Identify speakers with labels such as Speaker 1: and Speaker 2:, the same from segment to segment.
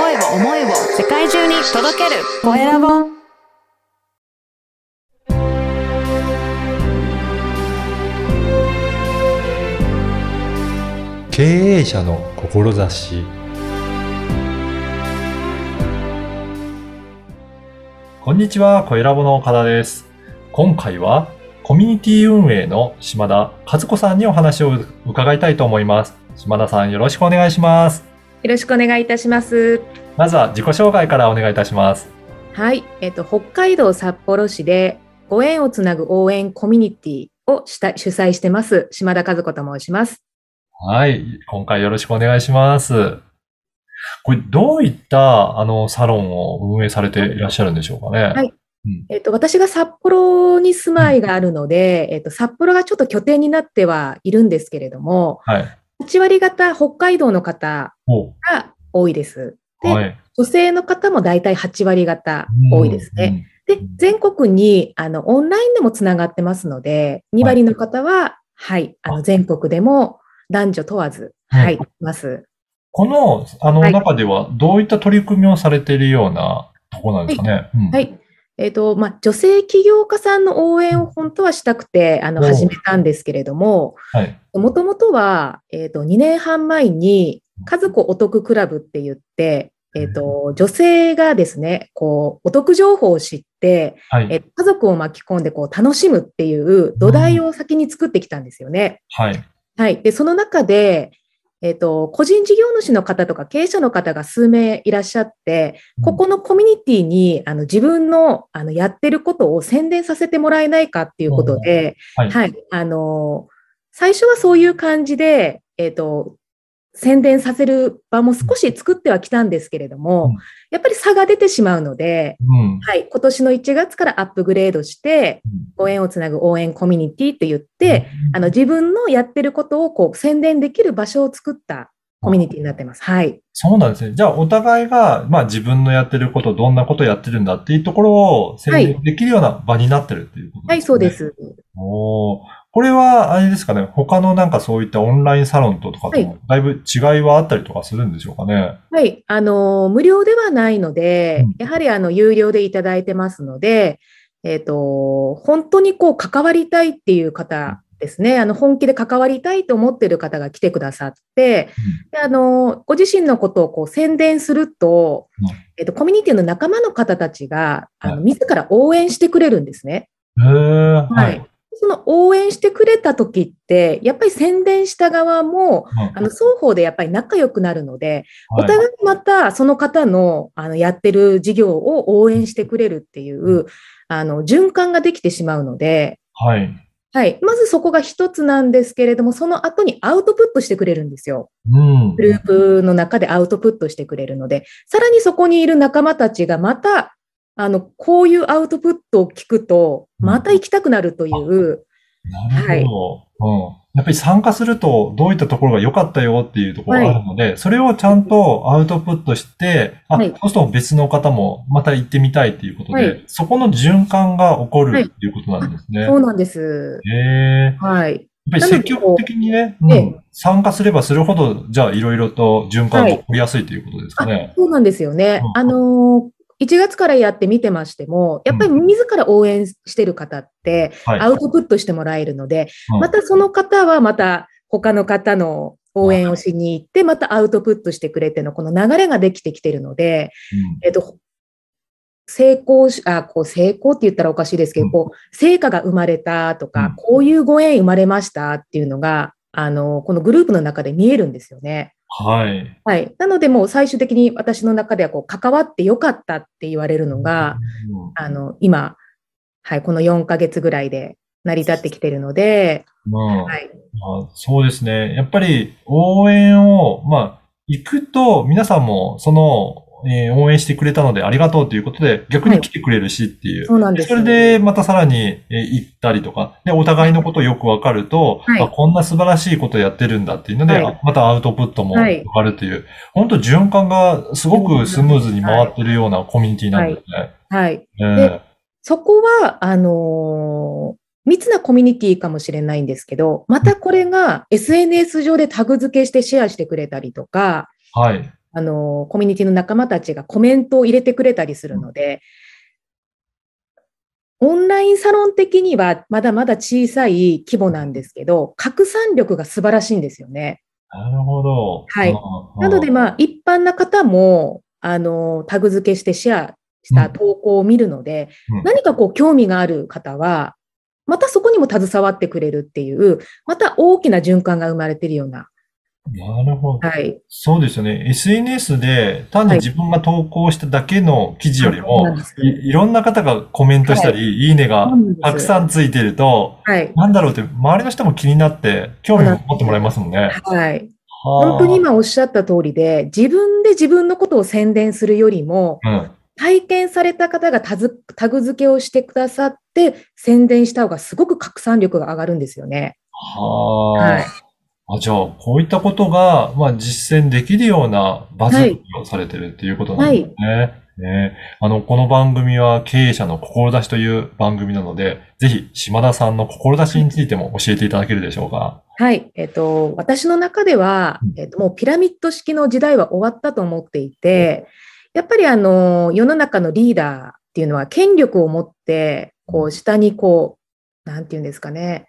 Speaker 1: 声を世界中に届けるコエラボ。
Speaker 2: 経営者の志。こんにちは、コエラボの岡田です。今回はコミュニティ運営の島田和子さんにお話を伺いたいと思います。島田さん、よろしくお願いします。
Speaker 3: よろしくお願いいたします。
Speaker 2: まずは自己紹介からお願いいたします。
Speaker 3: はい、北海道札幌市でご縁をつなぐ応援コミュニティを主催してます島田和子と申します。
Speaker 2: はい、今回よろしくお願いします。これどういったサロンを運営されていらっしゃるんでしょうかね。
Speaker 3: はい。私が札幌に住まいがあるので、札幌がちょっと拠点になってはいるんですけれども、
Speaker 2: はい。
Speaker 3: 8割方北海道の方が多いです。で、
Speaker 2: はい。
Speaker 3: 女性の方もだいたい8割方多いですね。で、全国にオンラインでもつながってますので、2割の方は、はい、全国でも男女問わず、はい、います。
Speaker 2: この、中ではどういった取り組みをされているようなところなんですかね。
Speaker 3: はい。女性起業家さんの応援を本当はしたくて、始めたんですけれども、もともとは、2年半前に、家族お得クラブって言って、女性がですね、お得情報を知って、家族を巻き込んで、楽しむっていう土台を先に作ってきたんですよね。はい。で、その中で、個人事業主の方とか経営者の方が数名いらっしゃって、ここのコミュニティに自分のやってることを宣伝させてもらえないかっていうことで、はい。最初はそういう感じで、宣伝させる場も少し作ってはきたんですけれども、やっぱり差が出てしまうので、はい、今年の1月からアップグレードして、ご縁をつなぐ応援コミュニティと言って、自分のやってることを宣伝できる場所を作ったコミュニティになってます。はい。
Speaker 2: そうなんですね。じゃあ、お互いが、自分のやってること、どんなことをやってるんだっていうところを宣伝できるような場になってるっていうことですね。
Speaker 3: はい、そうです。
Speaker 2: これは、あれですかね、他のそういったオンラインサロンとかともだいぶ違いはあったりとかするんでしょうかね。
Speaker 3: はい。無料ではないので、やはり有料でいただいてますので、本当に関わりたいっていう方ですね、本気で関わりたいと思っている方が来てくださって、でご自身のことを宣伝すると、コミュニティの仲間の方たちが、自ら応援してくれるんですね。はい。その応援してくれた時って、やっぱり宣伝した側も、双方でやっぱり仲良くなるので、お互いまたその方の、やってる事業を応援してくれるっていう、循環ができてしまうので、はい。はい。まずそこが一つなんですけれども、その後にアウトプットしてくれるんですよ。グループの中でアウトプットしてくれるので、さらにそこにいる仲間たちがまた、こういうアウトプットを聞くと、また行きたくなるという。
Speaker 2: なるほど。やっぱり参加すると、どういったところが良かったよっていうところがあるので、それをちゃんとアウトプットして、そうすると別の方もまた行ってみたいっていうことで、そこの循環が起こるっていうことなんですね。
Speaker 3: そうなんです。
Speaker 2: はい。やっぱり積極的にね、参加すればするほど、じゃあいろいろと循環が起こりやすいということですかね。
Speaker 3: そうなんですよね。1月からやってみてましても、やっぱり自ら応援してる方って、アウトプットしてもらえるので、またその方はまた他の方の応援をしに行って、またアウトプットしてくれての、この流れができてきてるので、成功って言ったらおかしいですけど、成果が生まれたとか、こういうご縁生まれましたっていうのが、このグループの中で見えるんですよね。はい。なので、もう最終的に私の中では関わってよかったって言われるのが、今、はい、この4ヶ月ぐらいで成り立ってきてるので、
Speaker 2: そうですね。やっぱり応援を、行くと皆さんも応援してくれたのでありがとうということで逆に来てくれるしっていう。
Speaker 3: そうなんです。
Speaker 2: それでまたさらに行ったりとか、で、お互いのことをよくわかると、こんな素晴らしいことをやってるんだっていうので、またアウトプットもわかるという、本当循環がすごくスムーズに回ってるようなコミュニティなんですね。
Speaker 3: はい。で、そこは、密なコミュニティかもしれないんですけど、またこれが SNS 上でタグ付けしてシェアしてくれたりとか、 コミュニティの仲間たちがコメントを入れてくれたりするので、オンラインサロン的にはまだまだ小さい規模なんですけど、拡散力が素晴らしいんですよね。
Speaker 2: なるほど。
Speaker 3: はい。なので、一般な方も、タグ付けしてシェアした投稿を見るので、何か興味がある方は、またそこにも携わってくれるっていう、また大きな循環が生まれているような。
Speaker 2: なるほど。
Speaker 3: はい。
Speaker 2: そうですよね。SNS で単に自分が投稿しただけの記事よりも、いろんな方がコメントしたり、いいねがたくさんついてると、なんだろうって、周りの人も気になって興味を持ってもらえますもんね。
Speaker 3: はい。本当に今おっしゃった通りで、自分で自分のことを宣伝するよりも、体験された方がタグ付けをしてくださって宣伝した方がすごく拡散力が上がるんですよね。
Speaker 2: はい。じゃあ、こういったことが、実践できるようなバズりをされてるっていうことなんですね。この番組は経営者の志という番組なので、ぜひ島田さんの志についても教えていただけるでしょうか。
Speaker 3: はい。私の中では、もうピラミッド式の時代は終わったと思っていて、やっぱり世の中のリーダーっていうのは権力を持って、下になんていうんですかね。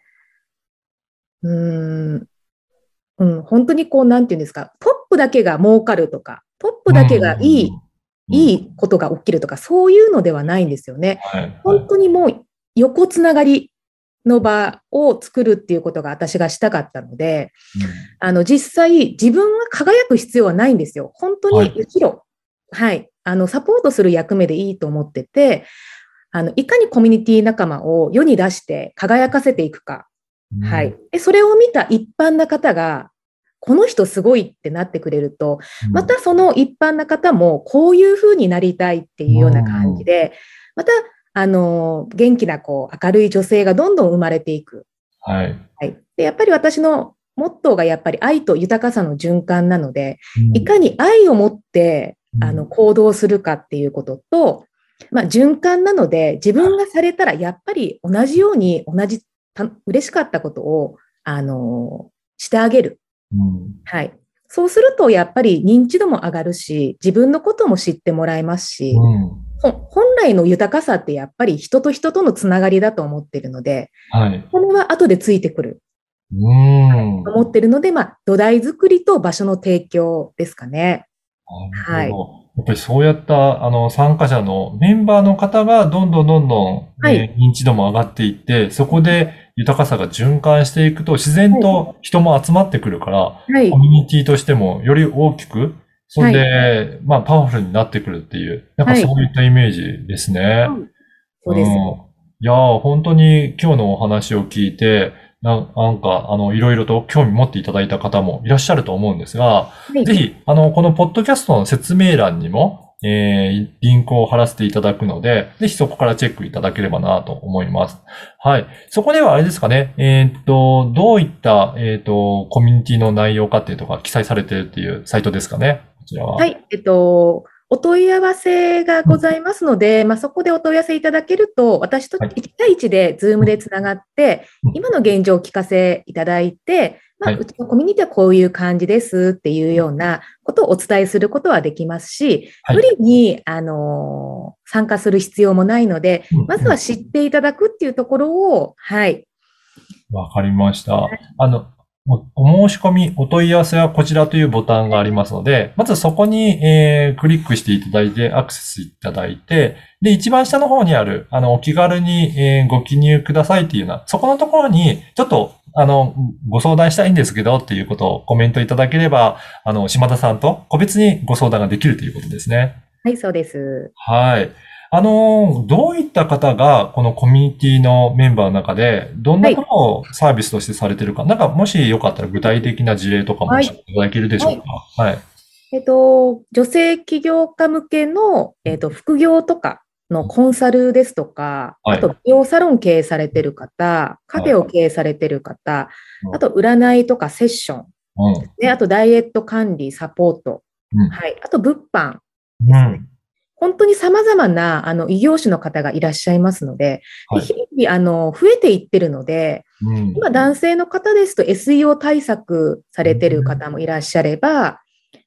Speaker 3: 本当になんていうんですか、トップだけが儲かるとか、トップだけがいいことが起きるとか、そういうのではないんですよね。本当にもう横つながりの場を作るっていうことが私がしたかったので、実際自分が輝く必要はないんですよ。本当に後ろ、サポートする役目でいいと思ってて、いかにコミュニティ仲間を世に出して輝かせていくか。でそれを見た一般な方が、この人すごいってなってくれると、またその一般な方もこういう風になりたいっていうような感じで、また、元気な明るい女性がどんどん生まれていく。でやっぱり私のモットーがやっぱり愛と豊かさの循環なので、いかに愛を持って行動するかっていうことと、循環なので自分がされたらやっぱり同じように嬉しかったことを、してあげる。そうすると、やっぱり認知度も上がるし、自分のことも知ってもらえますし、本来の豊かさってやっぱり人と人とのつながりだと思っているので、これは後でついてくる。思っているので、土台作りと場所の提供ですかね。
Speaker 2: やっぱりそうやった参加者のメンバーの方がどんどん、認知度も上がっていって、そこで豊かさが循環していくと自然と人も集まってくるから、コミュニティとしてもより大きく、それで、パワフルになってくるっていう、なんかそういったイメージですね。
Speaker 3: そうです。
Speaker 2: いやー、本当に今日のお話を聞いて、なんか、いろいろと興味持っていただいた方もいらっしゃると思うんですが、ぜひ、このポッドキャストの説明欄にも、リンクを貼らせていただくので、ぜひそこからチェックいただければなと思います。はい。そこではあれですかね、どういった、コミュニティの内容かっていうとか記載されているっていうサイトですかね、こちらは。
Speaker 3: はい。お問い合わせがございますので、そこでお問い合わせいただけると、私と1対1でズームでつながって、今の現状を聞かせいただいて、うちのコミュニティはこういう感じですっていうようなことをお伝えすることはできますし、無理に、参加する必要もないので、まずは知っていただくっていうところを、
Speaker 2: わかりました。お申し込み、お問い合わせはこちらというボタンがありますので、まずそこに、クリックしていただいて、アクセスいただいて、で、一番下の方にある、お気軽に、ご記入くださいっていうような、そこのところに、ちょっと、ご相談したいんですけどっていうことをコメントいただければ、島田さんと個別にご相談ができるということですね。
Speaker 3: はい、そうです。
Speaker 2: はい。どういった方がこのコミュニティのメンバーの中でどんなことをサービスとしてされているか、なんかもしよかったら具体的な事例とかも教えていただけるでしょうか。はい。
Speaker 3: 女性起業家向けの、副業とかのコンサルですとか、あと美容サロン経営されている方、カフェを経営されている方、あと占いとかセッション、あとダイエット管理、サポート、あと物販ですね。本当に様々な異業種の方がいらっしゃいますので、日々増えていってるので、今男性の方ですと SEO 対策されてる方もいらっしゃれば、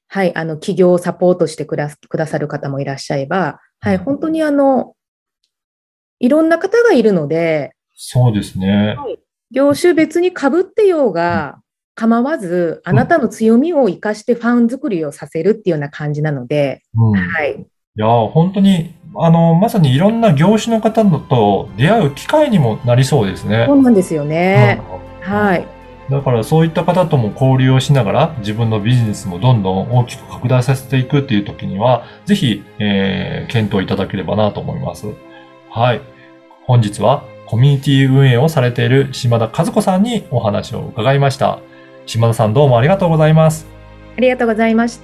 Speaker 3: はい、企業をサポートしてくださる方もいらっしゃれば、はい、本当にいろんな方がいるので、
Speaker 2: そうですね。
Speaker 3: はい、業種別に被ってようが構わず、あなたの強みを生かしてファン作りをさせるっていうような感じなので、はい。
Speaker 2: いやー、本当に、まさにいろんな業種の方と出会う機会にもなりそうですね。
Speaker 3: そうなんですよね。はい。
Speaker 2: だからそういった方とも交流をしながら自分のビジネスもどんどん大きく拡大させていくっていう時には、ぜひ、検討いただければなと思います。はい。本日はコミュニティ運営をされている島田和子さんにお話を伺いました。島田さんどうもありがとうございます。
Speaker 3: ありがとうございました。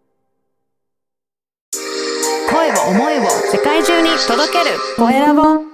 Speaker 1: 声を思いを世界中に届けるコエラボ。